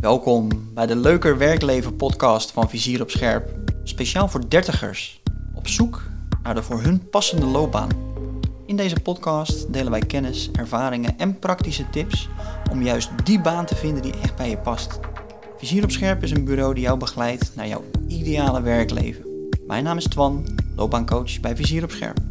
Welkom bij de Leuker Werkleven podcast van Vizier op Scherp. Speciaal voor dertigers, op zoek naar de voor hun passende loopbaan. In deze podcast delen wij kennis, ervaringen en praktische tips om juist die baan te vinden die echt bij je past. Vizier op Scherp is een bureau die jou begeleidt naar jouw ideale werkleven. Mijn naam is Twan, loopbaancoach bij Vizier op Scherp.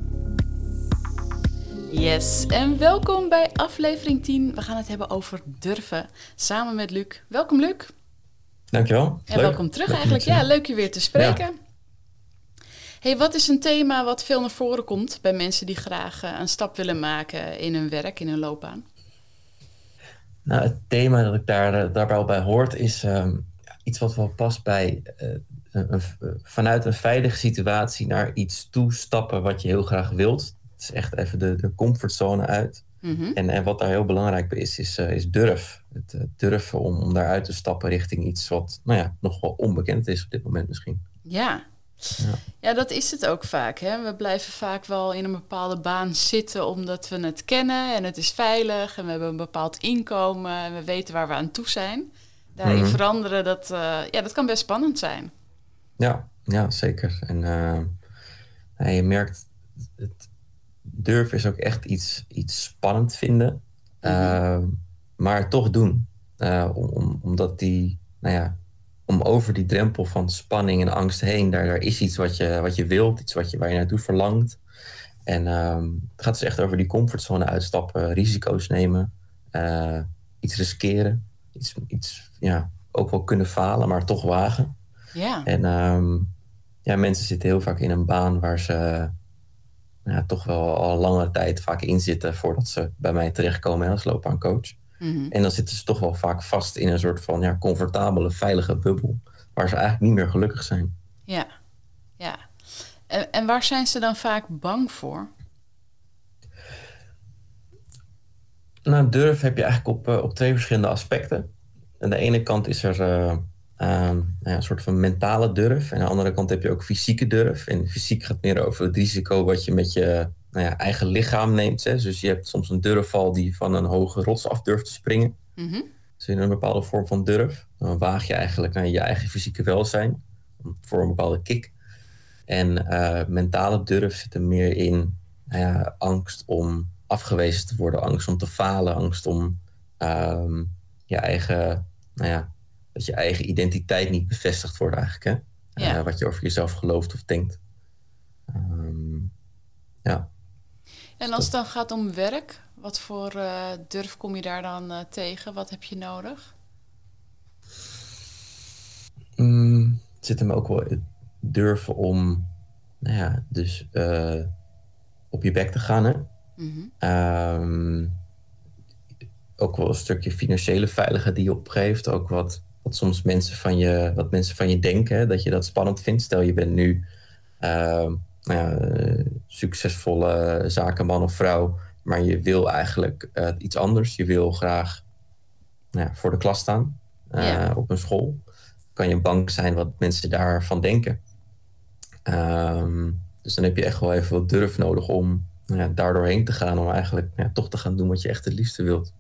Yes, en welkom bij aflevering 10. We gaan het hebben over durven, samen met Luc. Welkom Luc. Dankjewel. En welkom terug eigenlijk. Ja, leuk je weer te spreken. Ja. Hey, wat is een thema wat veel naar voren komt bij mensen die graag een stap willen maken in hun werk, in hun loopbaan? Nou, het thema dat ik daarbij al bij hoort is iets wat wel past bij vanuit een veilige situatie naar iets toestappen wat je heel graag wilt. Het is echt even de comfortzone uit. Mm-hmm. En wat daar heel belangrijk bij is durf. Het durven om daaruit te stappen richting iets wat nog wel onbekend is op dit moment misschien. Ja, dat is het ook vaak. Hè? We blijven vaak wel in een bepaalde baan zitten omdat we het kennen en het is veilig en we hebben een bepaald inkomen en we weten waar we aan toe zijn. Daarin veranderen, dat kan best spannend zijn. Ja, zeker. En je merkt, het durven is ook echt iets spannend vinden, maar toch doen. Omdat om over die drempel van spanning en angst heen, daar is iets wat je wilt, iets waar je naartoe verlangt. En het gaat dus echt over die comfortzone uitstappen, risico's nemen, iets riskeren, iets ook wel kunnen falen, maar toch wagen. Ja. En mensen zitten heel vaak in een baan waar ze toch wel al lange tijd vaak in zitten voordat ze bij mij terechtkomen als loopbaancoach. Mm-hmm. En dan zitten ze toch wel vaak vast in een soort van comfortabele, veilige bubbel, waar ze eigenlijk niet meer gelukkig zijn. Ja. En waar zijn ze dan vaak bang voor? Nou, durf heb je eigenlijk op twee verschillende aspecten. Aan de ene kant is er een soort van mentale durf. En aan de andere kant heb je ook fysieke durf. En fysiek gaat meer over het risico wat je met je eigen lichaam neemt. Hè. Dus je hebt soms een durfval die van een hoge rots af durft te springen. Mm-hmm. Dus in een bepaalde vorm van durf. Dan waag je eigenlijk naar je eigen fysieke welzijn. Voor een bepaalde kick. En mentale durf zit er meer in angst om afgewezen te worden. Angst om te falen. Angst om je eigen... dat je eigen identiteit niet bevestigd wordt eigenlijk. Hè? Ja. Wat je over jezelf gelooft of denkt. En als het dan gaat om werk, wat voor durf kom je daar dan tegen? Wat heb je nodig? Het zit hem ook wel het durven om op je bek te gaan. Hè? Mm-hmm. Ook wel een stukje financiële veiligheid die je opgeeft. Ook wat soms mensen van je denken. Hè, dat je dat spannend vindt. Stel je bent nu succesvolle zakenman of vrouw. Maar je wil eigenlijk iets anders. Je wil graag voor de klas staan. Op een school. Kan je bang zijn wat mensen daarvan denken. Dus dan heb je echt wel even wat durf nodig om daar doorheen te gaan. Om eigenlijk toch te gaan doen wat je echt het liefste wilt.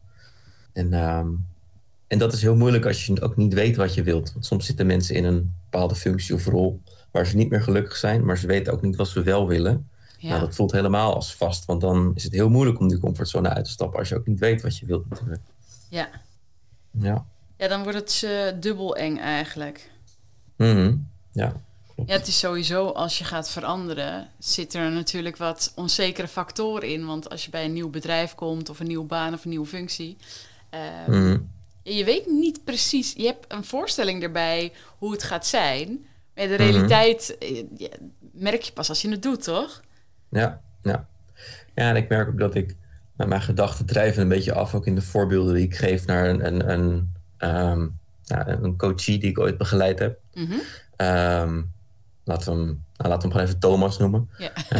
En dat is heel moeilijk als je ook niet weet wat je wilt. Want soms zitten mensen in een bepaalde functie of rol waar ze niet meer gelukkig zijn, maar ze weten ook niet wat ze wel willen. Ja. Nou, dat voelt helemaal als vast, want dan is het heel moeilijk om die comfortzone uit te stappen als je ook niet weet wat je wilt natuurlijk. Ja, dan wordt het dubbel eng eigenlijk. Mm-hmm. Ja. Ja, het is sowieso, als je gaat veranderen, zit er natuurlijk wat onzekere factoren in. Want als je bij een nieuw bedrijf komt of een nieuwe baan of een nieuwe functie, je weet niet precies, je hebt een voorstelling erbij hoe het gaat zijn. Maar de realiteit merk je pas als je het doet, toch? Ja, en ik merk ook dat ik met mijn gedachten drijven een beetje af, ook in de voorbeelden die ik geef naar een coachie die ik ooit begeleid heb. Mm-hmm. Laten we hem gewoon even Thomas noemen.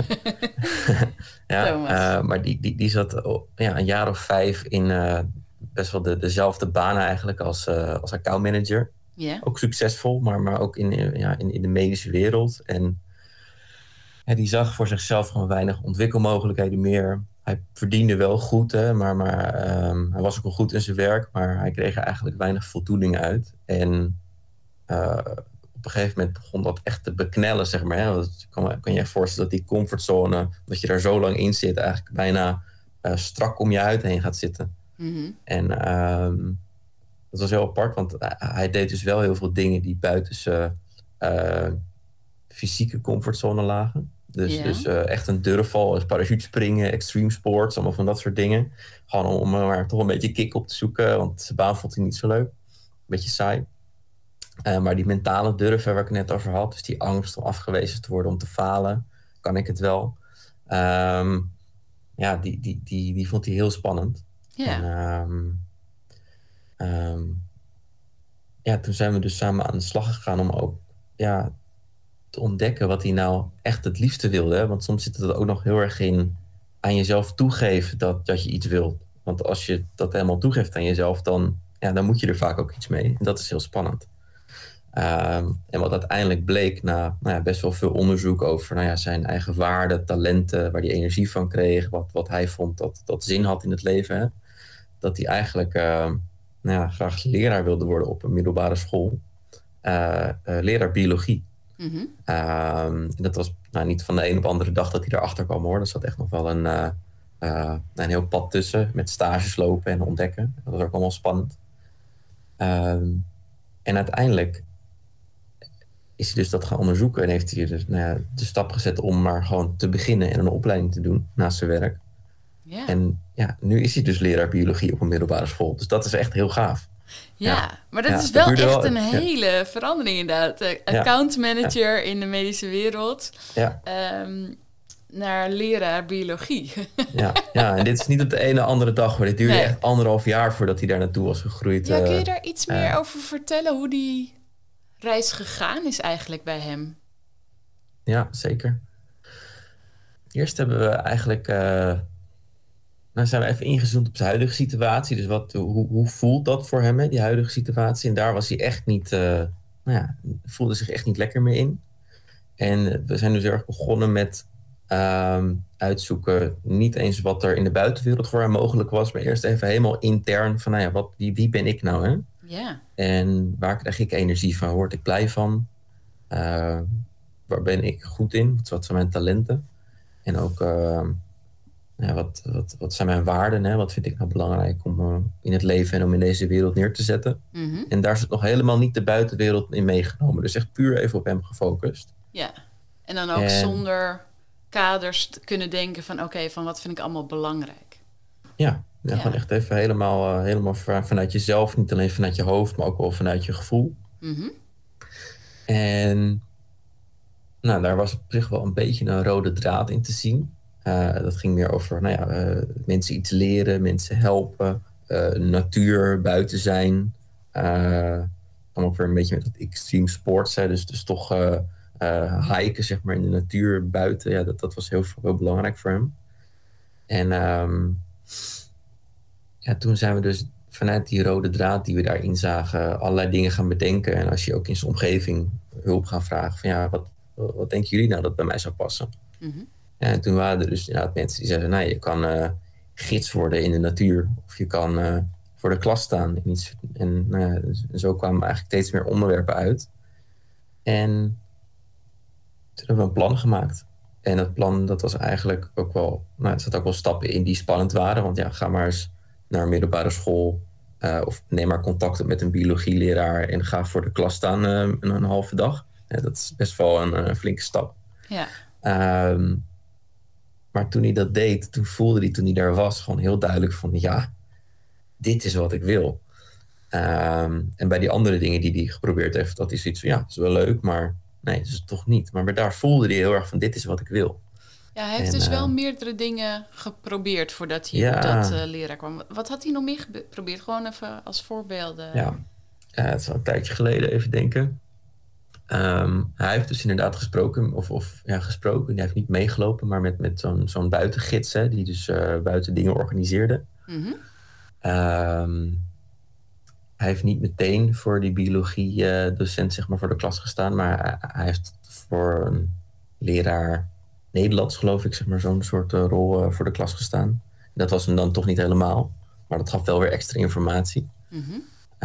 Ja. Thomas. Maar die zat een jaar of 5 in best wel dezelfde baan eigenlijk als accountmanager. Yeah. Ook succesvol, maar ook in de medische wereld. En die zag voor zichzelf gewoon weinig ontwikkelmogelijkheden meer. hij verdiende wel goed, hè, maar hij was ook wel goed in zijn werk, maar hij kreeg er eigenlijk weinig voldoening uit. En op een gegeven moment begon dat echt te beknellen, zeg maar. Hè? Want kan je je voorstellen dat die comfortzone, dat je daar zo lang in zit, eigenlijk bijna strak om je huid heen gaat zitten. Mm-hmm. En dat was heel apart, want hij deed dus wel heel veel dingen die buiten zijn fysieke comfortzone lagen. Dus echt een durfval, parachutespringen, extreme sports, allemaal van dat soort dingen. Gewoon om maar toch een beetje kick op te zoeken, want zijn baan vond hij niet zo leuk. Een beetje saai. Maar die mentale durf, waar ik het net over had, dus die angst om afgewezen te worden, om te falen, kan ik het wel. Die vond hij heel spannend. Ja. En toen zijn we dus samen aan de slag gegaan om ook te ontdekken wat hij nou echt het liefste wilde. Hè? Want soms zit het ook nog heel erg in aan jezelf toegeven dat je iets wilt. Want als je dat helemaal toegeeft aan jezelf, dan moet je er vaak ook iets mee. En dat is heel spannend. En wat uiteindelijk bleek na best wel veel onderzoek over zijn eigen waarden, talenten, waar hij energie van kreeg, wat hij vond dat zin had in het leven. Hè? Dat hij eigenlijk graag leraar wilde worden op een middelbare school. Leraar biologie. Mm-hmm. En dat was niet van de een op de andere dag dat hij erachter kwam, hoor. Er zat echt nog wel een heel pad tussen met stages lopen en ontdekken. Dat was ook allemaal spannend. En uiteindelijk is hij dus dat gaan onderzoeken en heeft hij dus de stap gezet om maar gewoon te beginnen en een opleiding te doen naast zijn werk. Ja. En nu is hij dus leraar biologie op een middelbare school. Dus dat is echt heel gaaf. Ja, maar dat is wel echt een hele verandering inderdaad. Account manager in de medische wereld naar leraar biologie. En dit is niet op de ene andere dag, hoor. Dit duurde echt 1,5 jaar voordat hij daar naartoe was gegroeid. Ja, kun je daar iets meer over vertellen? Hoe die reis gegaan is eigenlijk bij hem? Ja, zeker. Eerst hebben we eigenlijk zijn we even ingezoomd op zijn huidige situatie. Dus hoe voelt dat voor hem, hè, die huidige situatie? En daar was hij echt niet, voelde zich echt niet lekker meer in. En we zijn dus heel erg begonnen met uitzoeken, niet eens wat er in de buitenwereld voor hem mogelijk was, maar eerst even helemaal intern van, wie ben ik nou, hè? Ja. En waar krijg ik energie van? Word ik blij van? Waar ben ik goed in? Wat zijn mijn talenten? En ook wat zijn mijn waarden? Hè? Wat vind ik nou belangrijk om in het leven en om in deze wereld neer te zetten? Mm-hmm. En daar is het nog helemaal niet de buitenwereld in meegenomen. Dus echt puur even op hem gefocust. Ja, en dan ook zonder kaders te kunnen denken van van wat vind ik allemaal belangrijk? Ja, gewoon echt even helemaal vanuit jezelf. Niet alleen vanuit je hoofd, maar ook wel vanuit je gevoel. Mm-hmm. En daar was op zich wel een beetje een rode draad in te zien. Dat ging meer over mensen iets leren, mensen helpen, natuur, buiten zijn. Dan ook weer een beetje met dat extreme sports. Dus toch hiken, zeg maar, in de natuur, buiten. Ja, dat was heel belangrijk voor hem. En toen zijn we dus vanuit die rode draad die we daarin zagen, allerlei dingen gaan bedenken. En als je ook in zijn omgeving hulp gaat vragen van wat denken jullie nou dat bij mij zou passen? Mm-hmm. En toen waren er dus inderdaad mensen die zeiden, je kan gids worden in de natuur. Of je kan voor de klas staan. En zo kwamen eigenlijk steeds meer onderwerpen uit. En toen hebben we een plan gemaakt. En dat plan, dat was eigenlijk ook wel, er zaten ook wel stappen in die spannend waren. Want ga maar eens naar een middelbare school. Of neem maar contact op met een biologieleraar en ga voor de klas staan een halve dag. Dat is best wel een flinke stap. Ja. Maar toen hij dat deed, toen voelde hij, toen hij daar was, gewoon heel duidelijk van, dit is wat ik wil. En bij die andere dingen die hij geprobeerd heeft, dat hij zoiets van, het is wel leuk, maar nee, dat is het toch niet. Maar daar voelde hij heel erg van, dit is wat ik wil. Ja, hij heeft dus wel meerdere dingen geprobeerd voordat hij op dat leraar kwam. Wat had hij nog meer geprobeerd? Gewoon even als voorbeelden. Het is al een tijdje geleden, even denken. Hij heeft dus inderdaad gesproken. Gesproken. Hij heeft niet meegelopen, maar met zo'n buitengids, hè, die dus buiten dingen organiseerde. Mm-hmm. Hij heeft niet meteen voor die biologie docent, zeg maar, voor de klas gestaan, maar hij heeft voor een leraar Nederlands, geloof ik, zeg maar, zo'n soort rol voor de klas gestaan. Dat was hem dan toch niet helemaal. Maar dat gaf wel weer extra informatie. Mm-hmm.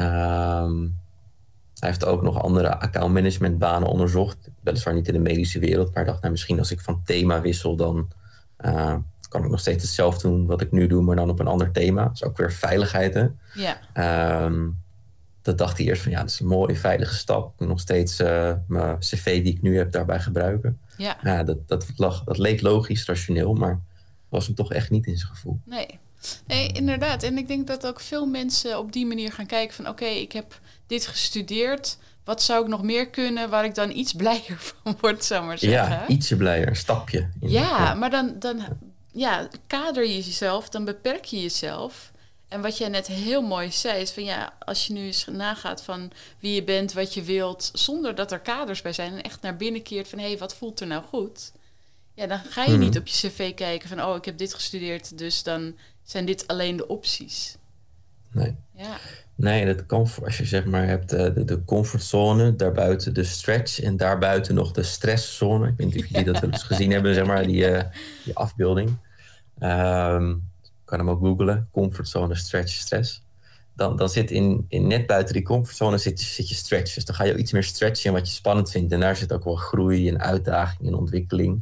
Hij heeft ook nog andere accountmanagementbanen onderzocht. Weliswaar niet in de medische wereld. Maar ik dacht, nou, misschien als ik van thema wissel, dan kan ik nog steeds hetzelfde doen wat ik nu doe, maar dan op een ander thema. Dat is ook weer veiligheid, hè? Ja. Dat dacht hij eerst van, ja, dat is een mooie, veilige stap. Ik moet nog steeds mijn cv die ik nu heb daarbij gebruiken. Ja. Ja, dat leek logisch, rationeel, maar was hem toch echt niet in zijn gevoel. Nee, inderdaad. En ik denk dat ook veel mensen op die manier gaan kijken van... oké, ik heb dit gestudeerd. Wat zou ik nog meer kunnen waar ik dan iets blijer van word, zou ik maar zeggen. Ja, ietsje blijer, een stapje. Ja, maar dan kader je jezelf, dan beperk je jezelf. En wat jij net heel mooi zei, is van ja, als je nu eens nagaat van wie je bent, wat je wilt, zonder dat er kaders bij zijn en echt naar binnen keert van hé, wat voelt er nou goed? Ja, dan ga je niet op je cv kijken van oh, ik heb dit gestudeerd, dus dan zijn dit alleen de opties. Nee. Ja. Nee, dat kan als je zeg maar hebt de comfortzone, daarbuiten de stretch en daarbuiten nog de stresszone. Ik weet niet of jullie dat wel eens gezien hebben, zeg maar, die afbeelding. Kan hem ook googlen, comfortzone, stretch, stress. Dan zit in net buiten die comfortzone zit je stretch. Dus dan ga je ook iets meer stretchen en wat je spannend vindt. En daar zit ook wel groei en uitdaging en ontwikkeling.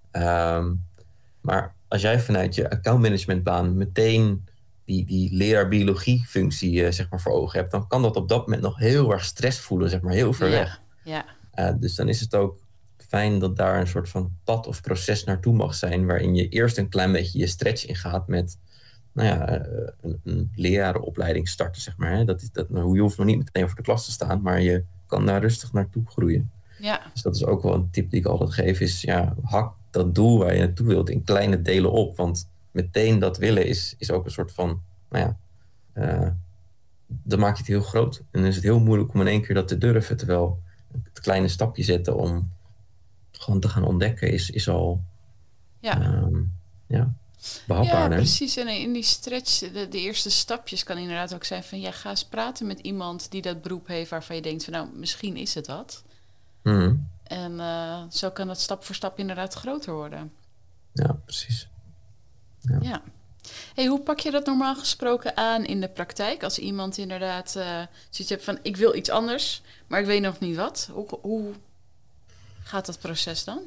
Maar als jij vanuit je accountmanagementbaan meteen die leraar-biologie-functie zeg maar voor ogen hebt, dan kan dat op dat moment nog heel erg stress voelen, zeg maar, heel ver weg. Ja. Dus dan is het ook fijn dat daar een soort van pad of proces naartoe mag zijn, waarin je eerst een klein beetje je stretch ingaat met een lerarenopleiding starten, zeg maar. Hè? Je hoeft nog niet meteen voor de klas te staan, maar je kan daar rustig naartoe groeien. Ja. Dus dat is ook wel een tip die ik altijd geef, is hak dat doel waar je naartoe wilt in kleine delen op, want meteen dat willen is ook een soort van, dan maak je het heel groot. En dan is het heel moeilijk om in één keer dat te durven, terwijl het kleine stapje zetten om gewoon te gaan ontdekken is al behapbaar. Ja, precies. En in die stretch, de eerste stapjes kan inderdaad ook zijn van ga eens praten met iemand die dat beroep heeft waarvan je denkt van nou, misschien is het dat. Mm-hmm. En zo kan het stap voor stap inderdaad groter worden. Ja, precies. Ja. Hey, hoe pak je dat normaal gesproken aan in de praktijk? Als iemand inderdaad zoiets hebt van ik wil iets anders, maar ik weet nog niet wat. Hoe gaat dat proces dan?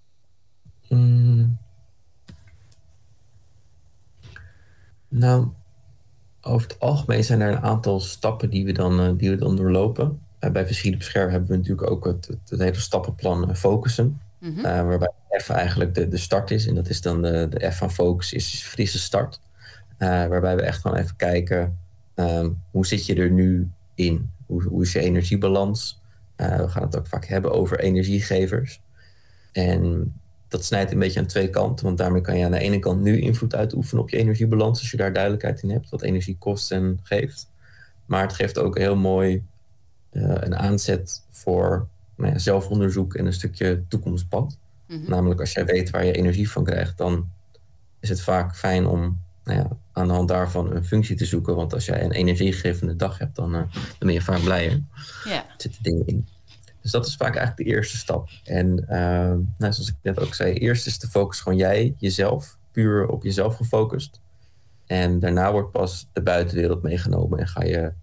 Nou, over het algemeen zijn er een aantal stappen die we dan doorlopen. Bij Vizier op Scherp hebben we natuurlijk ook het hele stappenplan focussen. Mm-hmm. Waarbij F eigenlijk de start is. En dat is dan de F van focus is frisse start. Waarbij we echt gewoon even kijken, hoe zit je er nu in? Hoe is je energiebalans? We gaan het ook vaak hebben over energiegevers. En dat snijdt een beetje aan twee kanten. Want daarmee kan je aan de ene kant nu invloed uitoefenen op je energiebalans. Als je daar duidelijkheid in hebt, wat energie kost en geeft. Maar het geeft ook heel mooi een aanzet voor zelfonderzoek en een stukje toekomstpad. Mm-hmm. Namelijk als jij weet waar je energie van krijgt, dan is het vaak fijn om aan de hand daarvan een functie te zoeken. Want als jij een energiegevende dag hebt, dan ben je vaak blijer. Yeah. Er zitten dingen in. Dus dat is vaak eigenlijk de eerste stap. En zoals ik net ook zei, eerst is de focus gewoon jezelf, puur op jezelf gefocust. En daarna wordt pas de buitenwereld meegenomen en ga je,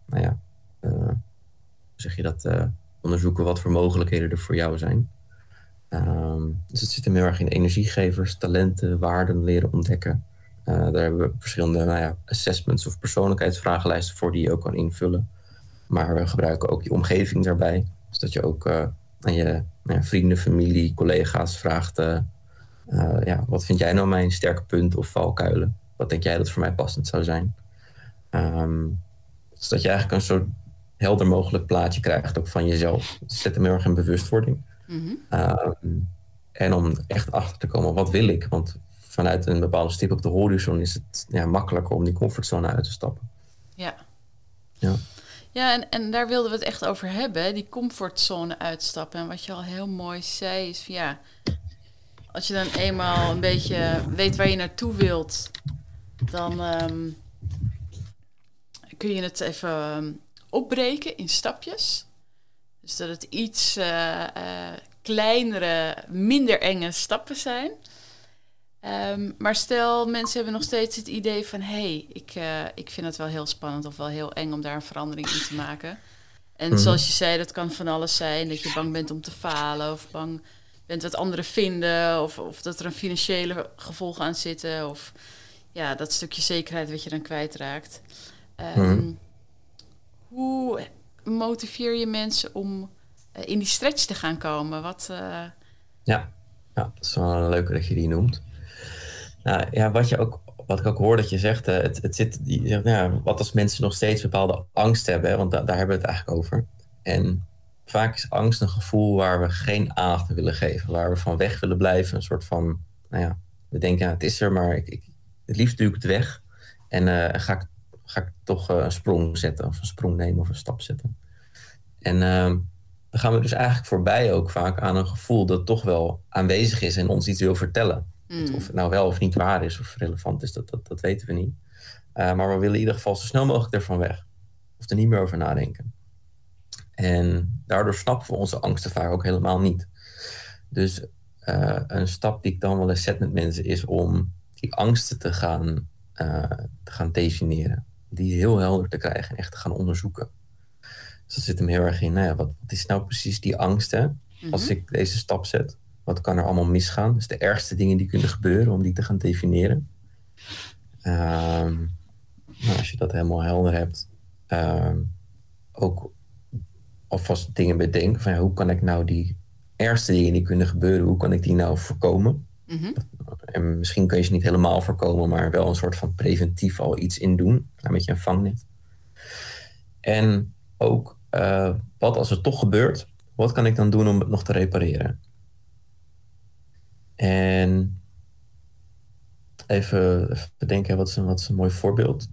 onderzoeken wat voor mogelijkheden er voor jou zijn. Dus het zit hem heel erg in energiegevers, talenten, waarden leren ontdekken. Daar hebben we verschillende assessments of persoonlijkheidsvragenlijsten voor die je ook kan invullen. Maar we gebruiken ook je omgeving daarbij. Dus dat je ook aan je vrienden, familie, collega's vraagt, wat vind jij nou mijn sterke punten of valkuilen? Wat denk jij dat voor mij passend zou zijn? Dus dat je eigenlijk een zo helder mogelijk plaatje krijgt ook van jezelf. Het zet hem heel erg in bewustwording. Mm-hmm. En om echt achter te komen, wat wil ik? Want vanuit een bepaalde stip op de horizon is het makkelijker om die comfortzone uit te stappen. Ja. Ja, en daar wilden we het echt over hebben, die comfortzone uitstappen. En wat je al heel mooi zei is van als je dan eenmaal een beetje weet waar je naartoe wilt, dan kun je het even opbreken in stapjes. Dus dat het iets kleinere, minder enge stappen zijn. Maar stel, mensen hebben nog steeds het idee van... ik vind het wel heel spannend of wel heel eng om daar een verandering in te maken. En zoals je zei, dat kan van alles zijn. Dat je bang bent om te falen of bang bent wat anderen vinden... of dat er een financiële gevolg aan zitten... of ja, dat stukje zekerheid wat je dan kwijtraakt. Hoe motiveer je mensen om in die stretch te gaan komen? Ja, dat is wel een leuke dat je die noemt. Nou ja, wat ik ook hoor dat je zegt, wat als mensen nog steeds bepaalde angst hebben, hè, want daar hebben we het eigenlijk over. En vaak is angst een gevoel waar we geen aandacht aan willen geven, waar we van weg willen blijven. Een soort van, we denken, het is er, maar het liefst duw ik het weg. En ga ik toch een sprong zetten, of een sprong nemen of een stap zetten. En dan gaan we dus eigenlijk voorbij ook vaak aan een gevoel dat toch wel aanwezig is en ons iets wil vertellen. Of het nou wel of niet waar is of relevant is, dat weten we niet. Maar we willen in ieder geval zo snel mogelijk ervan weg. Of er niet meer over nadenken. En daardoor snappen we onze angsten vaak ook helemaal niet. Dus een stap die ik dan wel eens zet met mensen is om die angsten te gaan definiëren. Die heel helder te krijgen en echt te gaan onderzoeken. Dus dat zit hem heel erg in, wat is nou precies die angst, hè? Als ik deze stap zet? Wat kan er allemaal misgaan? Dus de ergste dingen die kunnen gebeuren om die te gaan definiëren. Als je dat helemaal helder hebt, ook alvast dingen bedenken van hoe kan ik nou die ergste dingen die kunnen gebeuren, hoe kan ik die nou voorkomen? En misschien kun je ze niet helemaal voorkomen, maar wel een soort van preventief al iets in doen, met je een vangnet. En ook, wat als het toch gebeurt, wat kan ik dan doen om het nog te repareren? En even bedenken, wat is een mooi voorbeeld?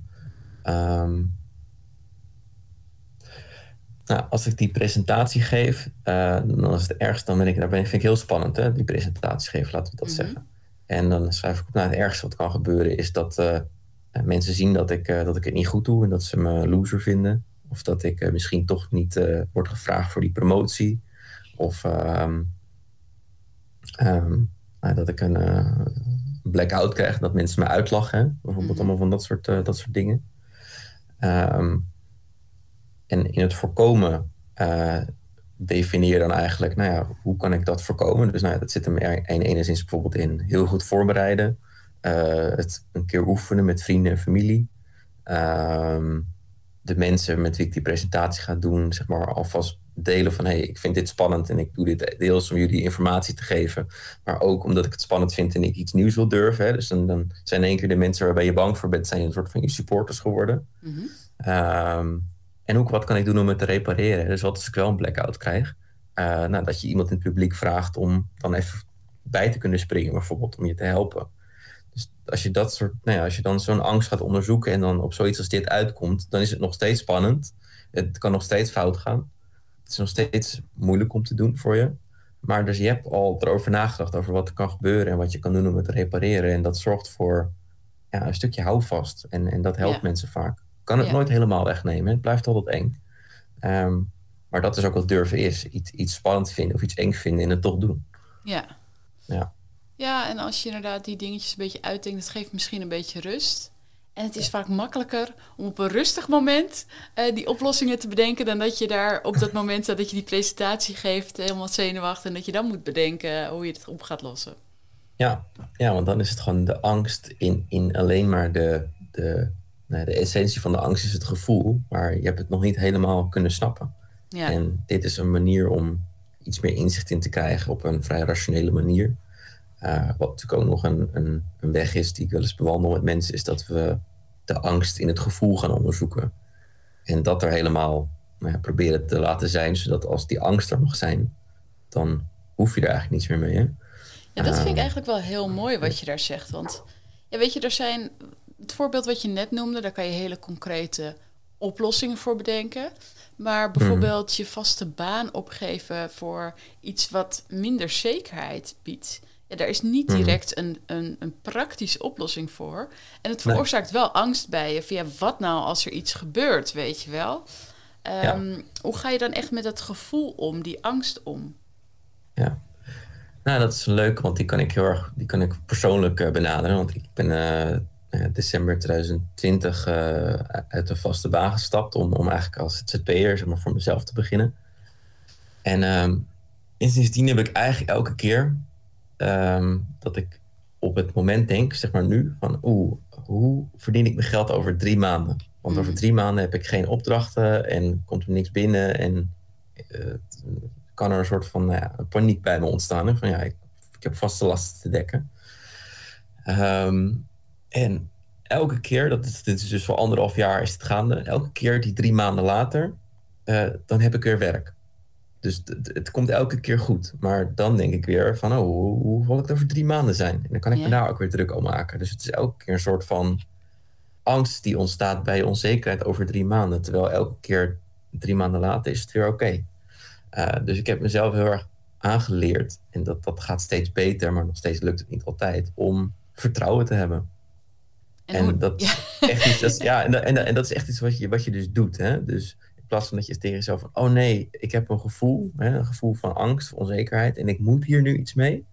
Als ik die presentatie geef, dan is het ergste, vind ik heel spannend, hè, die presentatie geven, laten we dat zeggen. En dan schrijf ik op, het ergste wat kan gebeuren is dat mensen zien dat ik het niet goed doe en dat ze me loser vinden. Of dat ik misschien toch niet word gevraagd voor die promotie. Of dat ik een blackout krijg, dat mensen me uitlachen. Bijvoorbeeld allemaal van dat soort dingen. En in het voorkomen definieer dan eigenlijk, hoe kan ik dat voorkomen? Dus dat zit hem enigszins bijvoorbeeld in heel goed voorbereiden. Het een keer oefenen met vrienden en familie. De mensen met wie ik die presentatie ga doen, zeg maar, alvast delen van ik vind dit spannend en ik doe dit deels om jullie informatie te geven, maar ook omdat ik het spannend vind en ik iets nieuws wil durven. Hè. Dus dan zijn in één keer de mensen waarbij je bang voor bent, zijn een soort van je supporters geworden. En ook wat kan ik doen om het te repareren? Dus wat als ik wel een blackout krijg? Dat je iemand in het publiek vraagt om dan even bij te kunnen springen, bijvoorbeeld, om je te helpen. Dus als je dan zo'n angst gaat onderzoeken en dan op zoiets als dit uitkomt, dan is het nog steeds spannend. Het kan nog steeds fout gaan. Het is nog steeds moeilijk om te doen voor je. Maar dus je hebt al erover nagedacht over wat er kan gebeuren en wat je kan doen om het te repareren. En dat zorgt voor een stukje houvast. En dat helpt mensen vaak. Kan het nooit helemaal wegnemen. Het blijft altijd eng. Maar dat is ook wat durven is. Iets spannend vinden of iets eng vinden en het toch doen. Ja. Ja, en als je inderdaad die dingetjes een beetje uitdenkt, dat geeft misschien een beetje rust. En het is vaak makkelijker om op een rustig moment die oplossingen te bedenken, dan dat je daar op dat moment dat je die presentatie geeft helemaal zenuwachtig en dat je dan moet bedenken hoe je het op gaat lossen. Ja, want dan is het gewoon de angst in alleen maar de essentie van de angst is het gevoel, maar je hebt het nog niet helemaal kunnen snappen. Ja. En dit is een manier om iets meer inzicht in te krijgen op een vrij rationele manier. Wat natuurlijk ook nog een weg is die ik wel eens bewandel met mensen, is dat we de angst in het gevoel gaan onderzoeken. En dat er helemaal proberen te laten zijn, zodat als die angst er mag zijn, dan hoef je er eigenlijk niets meer mee. Hè? Ja, dat vind ik eigenlijk wel heel mooi wat je daar zegt. Want weet je, er zijn het voorbeeld wat je net noemde, daar kan je hele concrete oplossingen voor bedenken. Maar bijvoorbeeld je vaste baan opgeven voor iets wat minder zekerheid biedt. Ja, daar is niet direct een praktische oplossing voor. En het veroorzaakt wel angst bij je. Van wat nou als er iets gebeurt, weet je wel? Hoe ga je dan echt met dat gevoel om, die angst om? Ja. Nou, dat is leuk, want die kan ik persoonlijk benaderen. Want ik ben december 2020 uit de vaste baan gestapt om eigenlijk als ZZP'er, zeg maar, voor mezelf te beginnen. En sindsdien heb ik eigenlijk elke keer dat ik op het moment denk, zeg maar nu, van hoe verdien ik mijn geld over 3 maanden? Want over 3 maanden heb ik geen opdrachten en komt er niks binnen en kan er een soort van paniek bij me ontstaan. Hè? Van ik heb vaste lasten te dekken. En elke keer, dit is dus voor 1,5 jaar is het gaande, elke keer die 3 maanden later, dan heb ik weer werk. Dus het komt elke keer goed. Maar dan denk ik weer van, hoe wil ik het over 3 maanden zijn? En dan kan ik me daar ook weer druk om maken. Dus het is elke keer een soort van angst die ontstaat bij onzekerheid over 3 maanden. Terwijl elke keer 3 maanden later is het weer oké. Dus ik heb mezelf heel erg aangeleerd, en dat gaat steeds beter, maar nog steeds lukt het niet altijd, om vertrouwen te hebben. En dat is echt iets wat je dus doet. Hè? Dus in plaats van dat je tegen jezelf van, oh nee, ik heb een gevoel van angst, onzekerheid, en ik moet hier nu iets mee.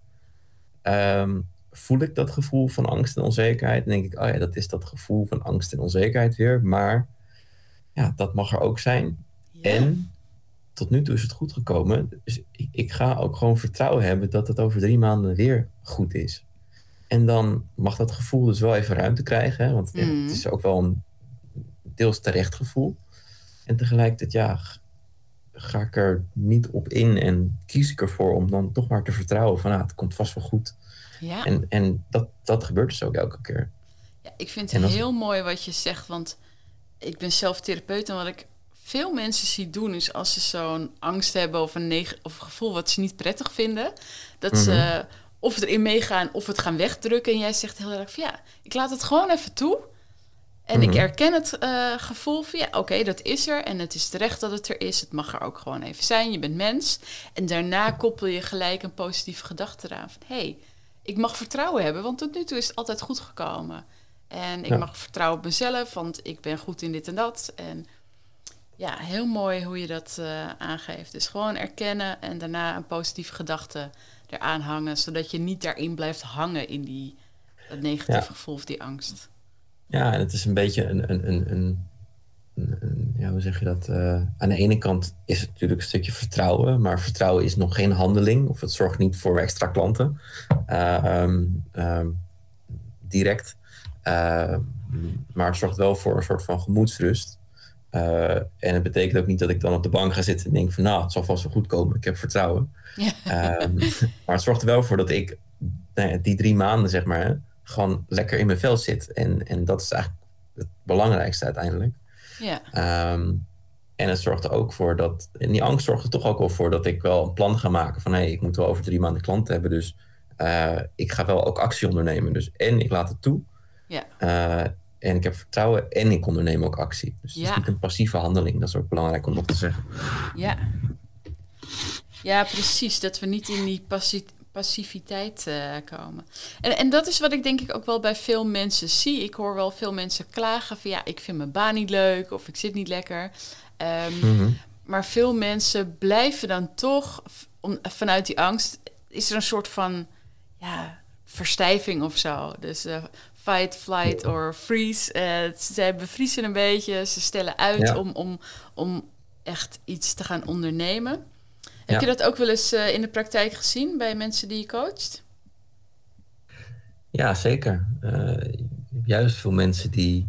Voel ik dat gevoel van angst en onzekerheid, dan denk ik, dat is dat gevoel van angst en onzekerheid weer. Maar ja, dat mag er ook zijn. Ja. En tot nu toe is het goed gekomen. Dus ik ga ook gewoon vertrouwen hebben dat het over 3 maanden weer goed is. En dan mag dat gevoel dus wel even ruimte krijgen. Hè? Want het is ook wel een deels terecht gevoel. En tegelijkertijd, ga ik er niet op in en kies ik ervoor om dan toch maar te vertrouwen van, het komt vast wel goed. Ja. En dat gebeurt dus ook elke keer. Ja, ik vind het heel mooi wat je zegt, want ik ben zelf therapeut en wat ik veel mensen zie doen is als ze zo'n angst hebben of een gevoel wat ze niet prettig vinden, dat ze of erin meegaan of het gaan wegdrukken. En jij zegt heel erg van ik laat het gewoon even toe. En ik erken het gevoel van oké, dat is er. En het is terecht dat het er is. Het mag er ook gewoon even zijn. Je bent mens. En daarna koppel je gelijk een positieve gedachte eraan. Van ik mag vertrouwen hebben, want tot nu toe is het altijd goed gekomen. En ik mag vertrouwen op mezelf, want ik ben goed in dit en dat. En heel mooi hoe je dat aangeeft. Dus gewoon erkennen en daarna een positieve gedachte eraan hangen, zodat je niet daarin blijft hangen in dat negatieve gevoel of die angst. Ja, en het is een beetje hoe zeg je dat? Aan de ene kant is het natuurlijk een stukje vertrouwen, maar vertrouwen is nog geen handeling, of het zorgt niet voor extra klanten direct. Maar het zorgt wel voor een soort van gemoedsrust. En het betekent ook niet dat ik dan op de bank ga zitten en denk van, het zal vast wel goed komen, ik heb vertrouwen. Ja. Maar het zorgt er wel voor dat ik die 3 maanden, zeg maar, gewoon lekker in mijn vel zit. En dat is eigenlijk het belangrijkste uiteindelijk. Ja. En het zorgt er ook voor dat, en die angst zorgt er toch ook wel voor dat ik wel een plan ga maken van, ik moet wel over 3 maanden klanten hebben, dus ik ga wel ook actie ondernemen. Dus en ik laat het toe. Ja. En ik heb vertrouwen en ik onderneem ook actie. Dus het is niet een passieve handeling. Dat is ook belangrijk om nog te zeggen. Ja, precies. Dat we niet in die passiviteit komen. En dat is wat ik denk ik ook wel bij veel mensen zie. Ik hoor wel veel mensen klagen van ik vind mijn baan niet leuk of ik zit niet lekker. Maar veel mensen blijven dan toch, vanuit die angst, is er een soort van verstijving of zo. Dus fight, flight or freeze. Zij bevriezen een beetje. Ze stellen uit om echt iets te gaan ondernemen. Heb je dat ook wel eens in de praktijk gezien bij mensen die je coacht? Ja, zeker. Juist veel mensen die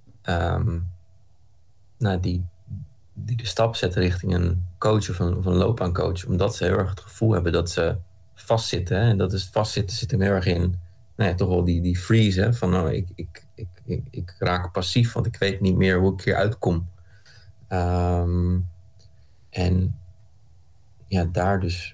de stap zetten richting een coach of een loopbaancoach, omdat ze heel erg het gevoel hebben dat ze vastzitten. Hè? En dat is vastzitten zit hem heel erg in toch wel die freeze. Hè? Van ik raak passief, want ik weet niet meer hoe ik hier uitkom. En daar dus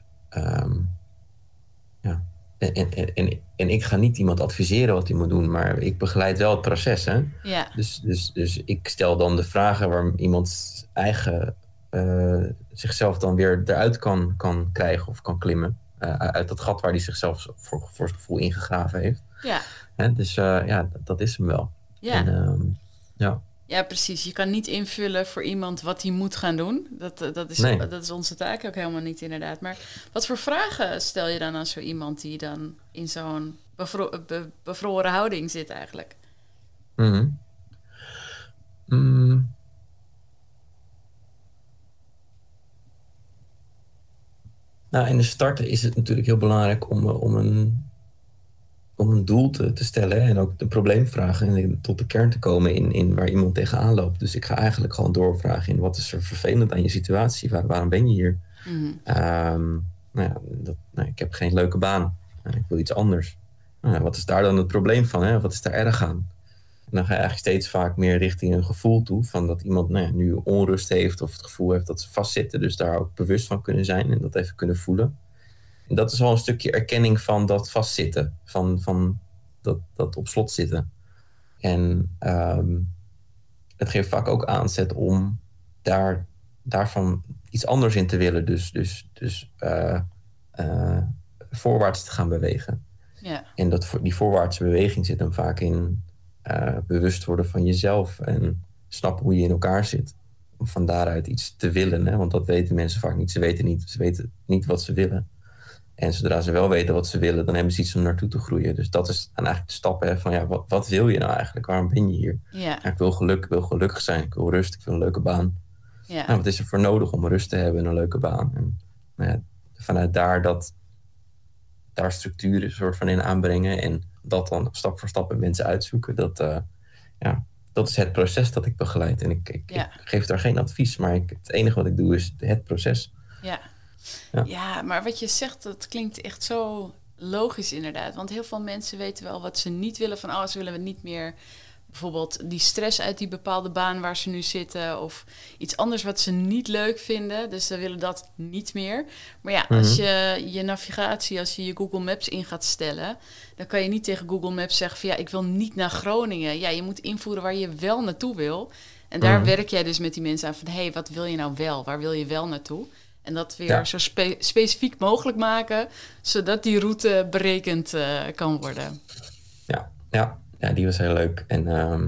en ik ga niet iemand adviseren wat hij moet doen, maar ik begeleid wel het proces. Hè? Ja. Dus ik stel dan de vragen waar iemand eigen zichzelf dan weer eruit kan krijgen of kan klimmen. Uit dat gat waar hij zichzelf voor zijn gevoel ingegraven heeft. Ja. Dus dat is hem wel. Ja. En, Ja, precies. Je kan niet invullen voor iemand wat hij moet gaan doen. Dat is onze taak ook helemaal niet, inderdaad. Maar wat voor vragen stel je dan aan zo iemand die dan in zo'n bevroren houding zit eigenlijk? Mm-hmm. Mm. Nou, in de start is het natuurlijk heel belangrijk om een doel te stellen en ook de probleemvragen en tot de kern te komen in waar iemand tegenaan loopt. Dus ik ga eigenlijk gewoon doorvragen in wat is er vervelend aan je situatie? Waarom ben je hier? Mm-hmm. Ik heb geen leuke baan. Ik wil iets anders. Wat is daar dan het probleem van? Hè? Wat is daar erg aan? En dan ga je eigenlijk steeds vaak meer richting een gevoel toe van dat iemand nu onrust heeft of het gevoel heeft dat ze vastzitten. Dus daar ook bewust van kunnen zijn en dat even kunnen voelen. En dat is al een stukje erkenning van dat vastzitten, van dat op slot zitten. En het geeft vaak ook aanzet om daarvan iets anders in te willen. Dus voorwaarts te gaan bewegen. Ja. En die voorwaartse beweging zit hem vaak in bewust worden van jezelf en snappen hoe je in elkaar zit. Om van daaruit iets te willen. Hè? Want dat weten mensen vaak niet. Ze weten niet wat ze willen. En zodra ze wel weten wat ze willen, dan hebben ze iets om naartoe te groeien. Dus dat is dan eigenlijk de stap, hè, van wat wil je nou eigenlijk? Waarom ben je hier? Ja. Ja, ik wil geluk, ik wil gelukkig zijn, ik wil rust, ik wil een leuke baan. Ja. Wat is er voor nodig om rust te hebben en een leuke baan? En vanuit daar structuren soort van in aanbrengen en dat dan stap voor stap met mensen uitzoeken. Dat is het proces dat ik begeleid. En ik geef daar geen advies, maar het enige wat ik doe is het proces. Ja, maar wat je zegt, dat klinkt echt zo logisch inderdaad. Want heel veel mensen weten wel wat ze niet willen. Van, ze willen niet meer bijvoorbeeld die stress uit die bepaalde baan waar ze nu zitten. Of iets anders wat ze niet leuk vinden. Dus ze willen dat niet meer. Maar ja, als je je navigatie, als je Google Maps in gaat stellen, dan kan je niet tegen Google Maps zeggen van ik wil niet naar Groningen. Ja, je moet invoeren waar je wel naartoe wil. En daar werk jij dus met die mensen aan van, wat wil je nou wel? Waar wil je wel naartoe? En dat weer zo specifiek mogelijk maken, zodat die route berekend kan worden. Ja, die was heel leuk. En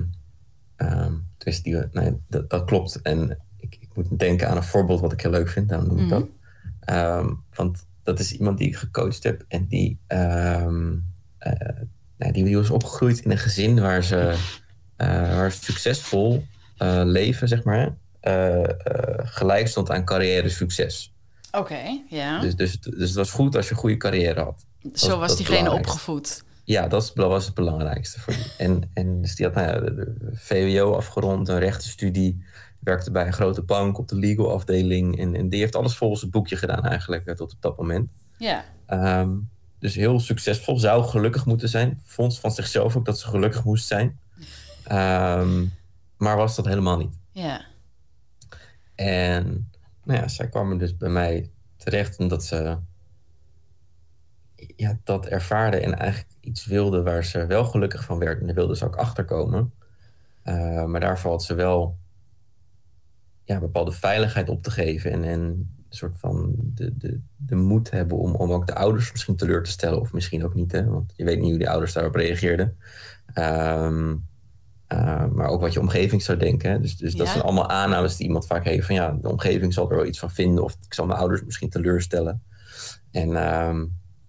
dat klopt. En ik moet denken aan een voorbeeld wat ik heel leuk vind. Daarom noem ik dat. Want dat is iemand die ik gecoacht heb. En die was opgegroeid in een gezin waar ze succesvol leven, zeg maar. Gelijk stond aan carrière succes. Oké, ja. Dus het was goed als je een goede carrière had. Zo was diegene opgevoed. Ja, dat was het belangrijkste voor die. En dus die had de VWO afgerond, een rechtenstudie, werkte bij een grote bank op de legal afdeling. En die heeft alles volgens het boekje gedaan eigenlijk tot op dat moment. Ja. Dus heel succesvol, zou gelukkig moeten zijn. Vond van zichzelf ook dat ze gelukkig moest zijn. Maar was dat helemaal niet. Ja. En zij kwam er dus bij mij terecht omdat ze dat ervaarde en eigenlijk iets wilde waar ze wel gelukkig van werd. En daar wilde ze ook achterkomen. Maar daarvoor had ze wel een bepaalde veiligheid op te geven. En een soort van de moed hebben om ook de ouders misschien teleur te stellen. Of misschien ook niet, hè? Want je weet niet hoe die ouders daarop reageerden. Maar ook wat je omgeving zou denken. Hè? Dus dat zijn allemaal aannames die iemand vaak heeft. Van de omgeving zal er wel iets van vinden. Of ik zal mijn ouders misschien teleurstellen. En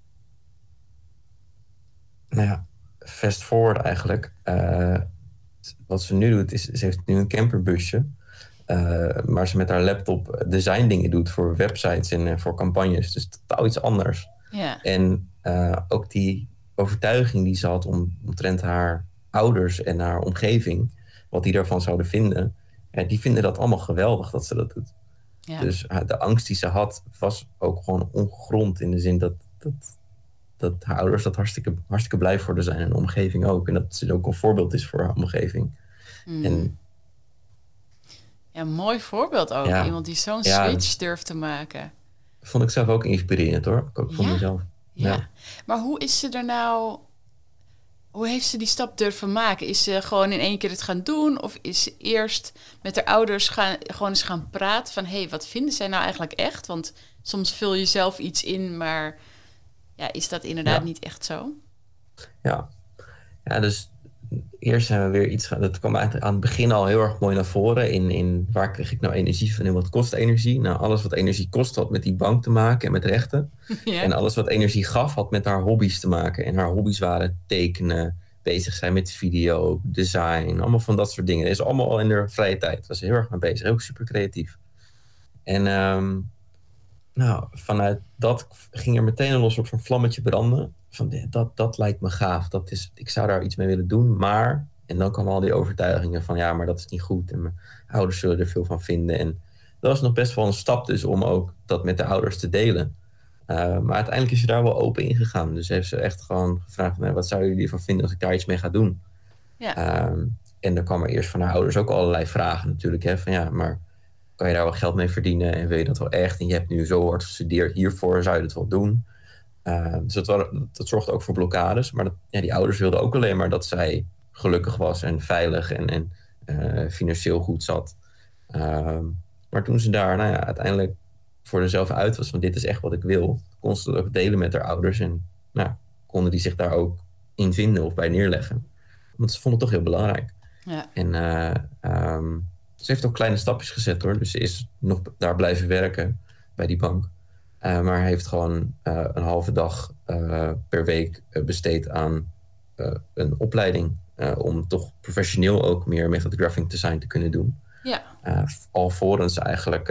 fast forward eigenlijk. Wat ze nu doet, ze heeft nu een camperbusje. Maar ze met haar laptop design dingen doet voor websites en voor campagnes. Dus totaal iets anders. Ja. En ook die overtuiging die ze had omtrent haar ouders en haar omgeving, wat die daarvan zouden vinden, die vinden dat allemaal geweldig dat ze dat doet. Ja. Dus de angst die ze had, was ook gewoon ongegrond in de zin dat haar ouders dat hartstikke blij voor haar zijn en de omgeving ook. En dat ze ook een voorbeeld is voor haar omgeving. En, een mooi voorbeeld ook. Ja. Iemand die zo'n switch durft te maken. Vond ik zelf ook inspirerend hoor. Ook voor mezelf. Ja. Maar hoe is ze er nou... Hoe heeft ze die stap durven maken? Is ze gewoon in één keer het gaan doen? Of is ze eerst met haar ouders gewoon eens gaan praten van... wat vinden zij nou eigenlijk echt? Want soms vul je zelf iets in, maar is dat inderdaad niet echt zo? Ja, dus eerst zijn we weer iets... Dat kwam eigenlijk aan het begin al heel erg mooi naar voren. In waar kreeg ik nou energie van en wat kost energie? Nou, alles wat energie kost had met die bank te maken en met rechten. Ja. En alles wat energie gaf had met haar hobby's te maken. En haar hobby's waren tekenen, bezig zijn met video, design. Allemaal van dat soort dingen. Dat is allemaal al in de vrije tijd. Was heel erg mee bezig. Ook super creatief. En vanuit dat ging er meteen een soort van vlammetje branden. Van dat lijkt me gaaf. Ik zou daar iets mee willen doen, maar... En dan kwamen al die overtuigingen van... ja, maar dat is niet goed. En mijn ouders zullen er veel van vinden. En dat was nog best wel een stap dus... om ook dat met de ouders te delen. Maar uiteindelijk is ze daar wel open in gegaan. Dus heeft ze echt gewoon gevraagd... wat zouden jullie ervan vinden als ik daar iets mee ga doen? Ja. En dan kwam er eerst van haar ouders ook allerlei vragen natuurlijk. Hè, van ja, maar kan je daar wel geld mee verdienen? En wil je dat wel echt? En je hebt nu zo hard gestudeerd hiervoor. Zou je dat wel doen? Dus dat zorgde ook voor blokkades. Maar die ouders wilden ook alleen maar dat zij gelukkig was en veilig en financieel goed zat. Maar toen ze daar uiteindelijk voor zichzelf uit was van dit is echt wat ik wil, kon ze dat ook delen met haar ouders. En konden die zich daar ook in vinden of bij neerleggen. Want ze vonden het toch heel belangrijk. Ja. En ze heeft ook kleine stapjes gezet hoor. Dus ze is nog daar blijven werken bij die bank. Maar heeft gewoon een halve dag per week besteed aan een opleiding. Om toch professioneel ook meer method graphic design te kunnen doen. Ja. Alvorens ze eigenlijk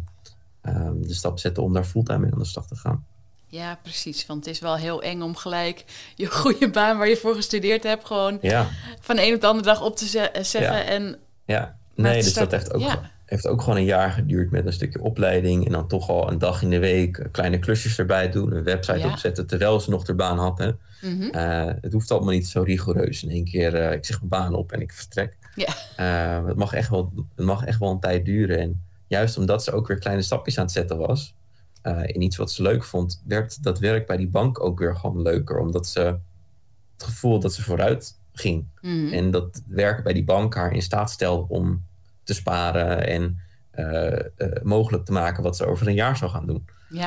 de stap zetten om daar fulltime mee aan de slag te gaan. Ja, precies. Want het is wel heel eng om gelijk je goede baan waar je voor gestudeerd hebt... gewoon van de een op de andere dag op te zeggen. Ja. En nee, dus dat heeft ook gewoon een jaar geduurd met een stukje opleiding... en dan toch al een dag in de week kleine klusjes erbij doen... een website opzetten terwijl ze nog de baan had. Hè. Mm-hmm. Het hoeft allemaal niet zo rigoureus. In één keer, ik zeg mijn baan op en ik vertrek. Yeah. Het mag echt wel een tijd duren. En juist omdat ze ook weer kleine stapjes aan het zetten was... in iets wat ze leuk vond... werd dat werk bij die bank ook weer gewoon leuker. Omdat ze het gevoel dat ze vooruit ging. Mm-hmm. En dat werken bij die bank haar in staat stelde om te sparen... en mogelijk te maken wat ze over een jaar zou gaan doen.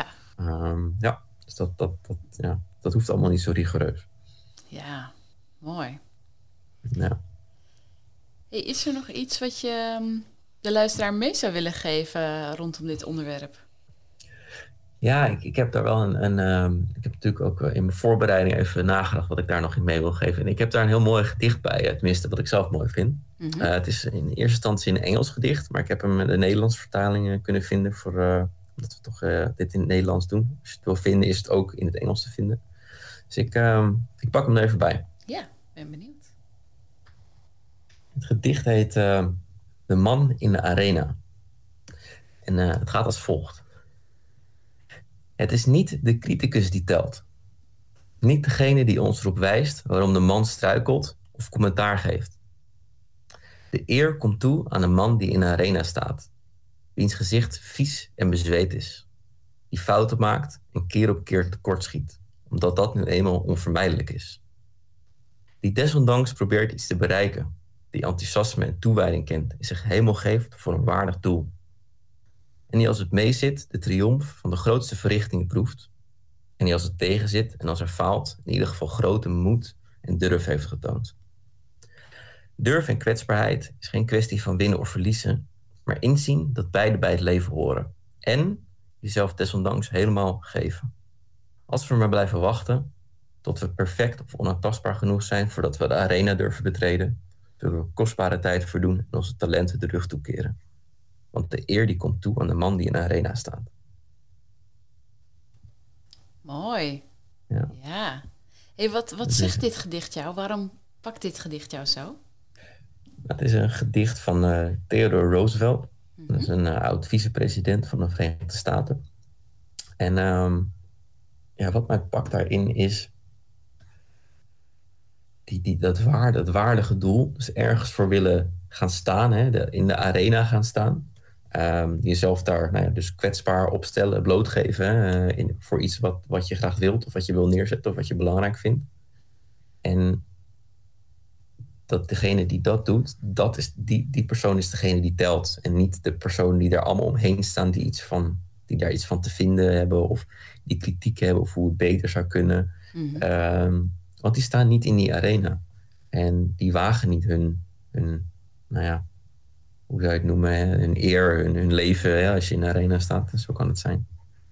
Ja. Dus dat hoeft allemaal niet zo rigoureus. Ja, mooi. Ja. Hey, is er nog iets wat je de luisteraar mee zou willen geven rondom dit onderwerp? Ja, ik heb daar wel ik heb natuurlijk ook in mijn voorbereiding even nagedacht wat ik daar nog in mee wil geven. En ik heb daar een heel mooi gedicht bij, tenminste wat ik zelf mooi vind. Mm-hmm. Het is in eerste instantie een Engels gedicht, maar ik heb hem in de Nederlandse vertaling kunnen vinden voor... dat we toch dit in het Nederlands doen. Als je het wil vinden, is het ook in het Engels te vinden. Dus ik pak hem er even bij. Ja, ben benieuwd. Het gedicht heet De man in de arena. En het gaat als volgt. Het is niet de criticus die telt. Niet degene die ons erop wijst waarom de man struikelt of commentaar geeft. De eer komt toe aan de man die in de arena staat. Wiens gezicht vies en bezweet is. Die fouten maakt en keer op keer tekortschiet. Omdat dat nu eenmaal onvermijdelijk is. Die desondanks probeert iets te bereiken. Die enthousiasme en toewijding kent en zich helemaal geeft voor een waardig doel. En die als het meezit de triomf van de grootste verrichting proeft. En die als het tegenzit en als er faalt in ieder geval grote moed en durf heeft getoond. Durf en kwetsbaarheid is geen kwestie van winnen of verliezen, maar inzien dat beide bij het leven horen. En jezelf desondanks helemaal geven. Als we maar blijven wachten tot we perfect of onaantastbaar genoeg zijn voordat we de arena durven betreden, zullen we kostbare tijd verdoen en onze talenten de rug toekeren. Want de eer die komt toe aan de man die in de arena staat. Mooi. Ja. Hey, wat zegt dit gedicht jou? Waarom pakt dit gedicht jou zo? Het is een gedicht van Theodore Roosevelt. Mm-hmm. Dat is een oud vicepresident van de Verenigde Staten. En wat mij pakt daarin is dat waardige doel. Dus ergens voor willen gaan staan, in de arena gaan staan. Jezelf daar dus kwetsbaar opstellen, blootgeven voor iets wat je graag wilt of wat je wil neerzetten of wat je belangrijk vindt. En dat degene die dat doet, die persoon is degene die telt. En niet de persoon die daar allemaal omheen staan die daar iets van te vinden hebben of die kritiek hebben of hoe het beter zou kunnen. Mm-hmm. Want die staan niet in die arena. En die wagen niet hun hoe zou je het noemen, hè? Hun eer, hun leven, hè? Als je in de arena staat. Zo kan het zijn.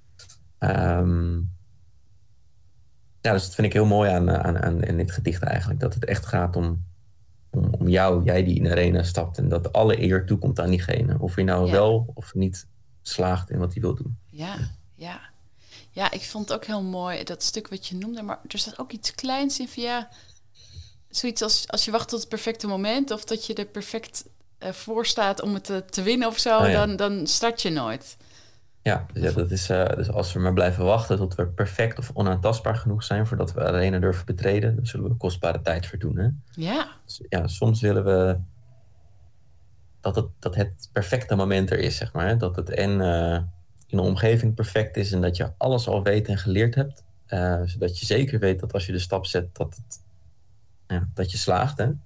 Dus dat vind ik heel mooi aan dit gedicht eigenlijk. Dat het echt gaat om jou, jij die in de arena stapt. En dat alle eer toekomt aan diegene. Of je nou wel of niet slaagt in wat hij wil doen. Ja, ik vond het ook heel mooi, dat stuk wat je noemde. Maar er staat ook iets kleins in van zoiets als je wacht tot het perfecte moment. Of dat je er perfect voor staat om het te winnen of zo. Dan start je nooit. Ja, dat is, dus als we maar blijven wachten tot we perfect of onaantastbaar genoeg zijn voordat we arena durven betreden, dan zullen we kostbare tijd verdoen. Hè? Ja. Dus, soms willen we dat het perfecte moment er is, zeg maar. Hè? Dat het in de omgeving perfect is en dat je alles al weet en geleerd hebt. Zodat je zeker weet dat als je de stap zet, dat je slaagt. Hè?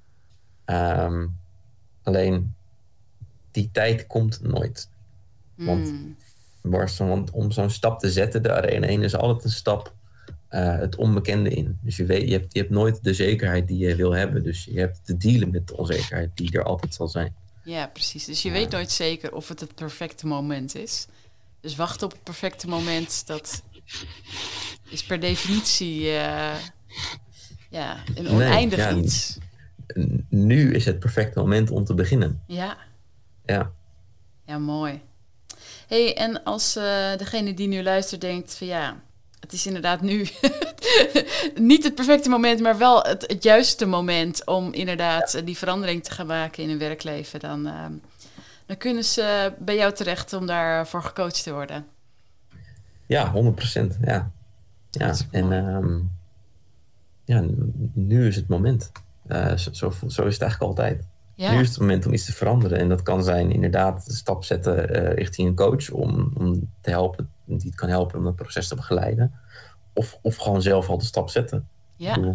Alleen die tijd komt nooit. Want om zo'n stap te zetten, de arena in, is altijd een stap het onbekende in. Dus je hebt nooit de zekerheid die je wil hebben. Dus je hebt te dealen met de onzekerheid die er altijd zal zijn. Ja, precies. Dus je weet nooit zeker of het perfecte moment is. Dus wachten op het perfecte moment, dat is per definitie een oneindig iets. Nu is het perfecte moment om te beginnen. Ja. Ja, mooi. Hey, en als degene die nu luistert denkt van het is inderdaad nu niet het perfecte moment, maar wel het juiste moment om inderdaad die verandering te gaan maken in hun werkleven, dan kunnen ze bij jou terecht om daarvoor gecoacht te worden. Ja, 100%. Ja. En nu is het moment. Zo is het eigenlijk altijd. Ja. Nu is het moment om iets te veranderen. En dat kan zijn inderdaad een stap zetten richting een coach om te helpen, die het kan helpen om dat proces te begeleiden. Of gewoon zelf al de stap zetten. Ja.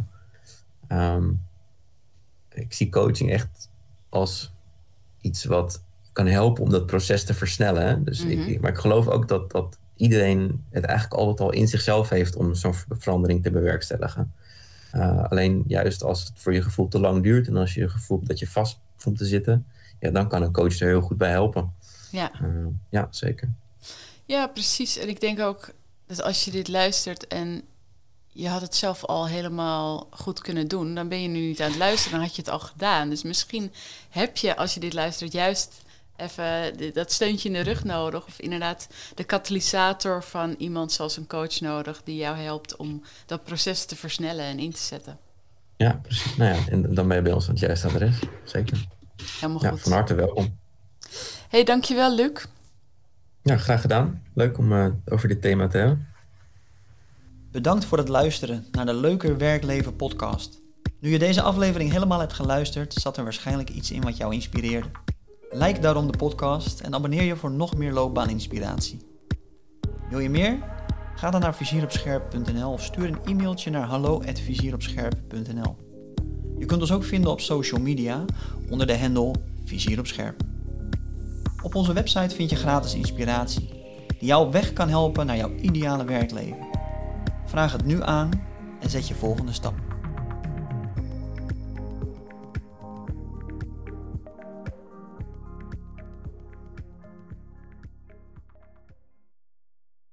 Ik zie coaching echt als iets wat kan helpen om dat proces te versnellen. Hè? Dus maar ik geloof ook dat iedereen het eigenlijk altijd al in zichzelf heeft om zo'n verandering te bewerkstelligen. Alleen juist als het voor je gevoel te lang duurt en als je gevoel dat je vast voelt te zitten, dan kan een coach er heel goed bij helpen. Ja, zeker. Ja, precies. En ik denk ook dat als je dit luistert en je had het zelf al helemaal goed kunnen doen, dan ben je nu niet aan het luisteren, dan had je het al gedaan. Dus misschien heb je, als je dit luistert, juist even dat steuntje in de rug nodig. Of inderdaad de katalysator van iemand zoals een coach nodig die jou helpt om dat proces te versnellen en in te zetten. Ja, precies. En dan ben je bij ons aan het juiste adres. Zeker. Helemaal goed. Van harte welkom. Hey, dankjewel Luc. Ja, graag gedaan. Leuk om over dit thema te hebben. Bedankt voor het luisteren naar de Leuker Werkleven podcast. Nu je deze aflevering helemaal hebt geluisterd, zat er waarschijnlijk iets in wat jou inspireerde. Like daarom de podcast en abonneer je voor nog meer loopbaaninspiratie. Wil je meer? Ga dan naar vizieropscherp.nl of stuur een e-mailtje naar hallo@vizieropscherp.nl. Je kunt ons ook vinden op social media onder de handle Vizier op Scherp. Op onze website vind je gratis inspiratie die jou op weg kan helpen naar jouw ideale werkleven. Vraag het nu aan en zet je volgende stap.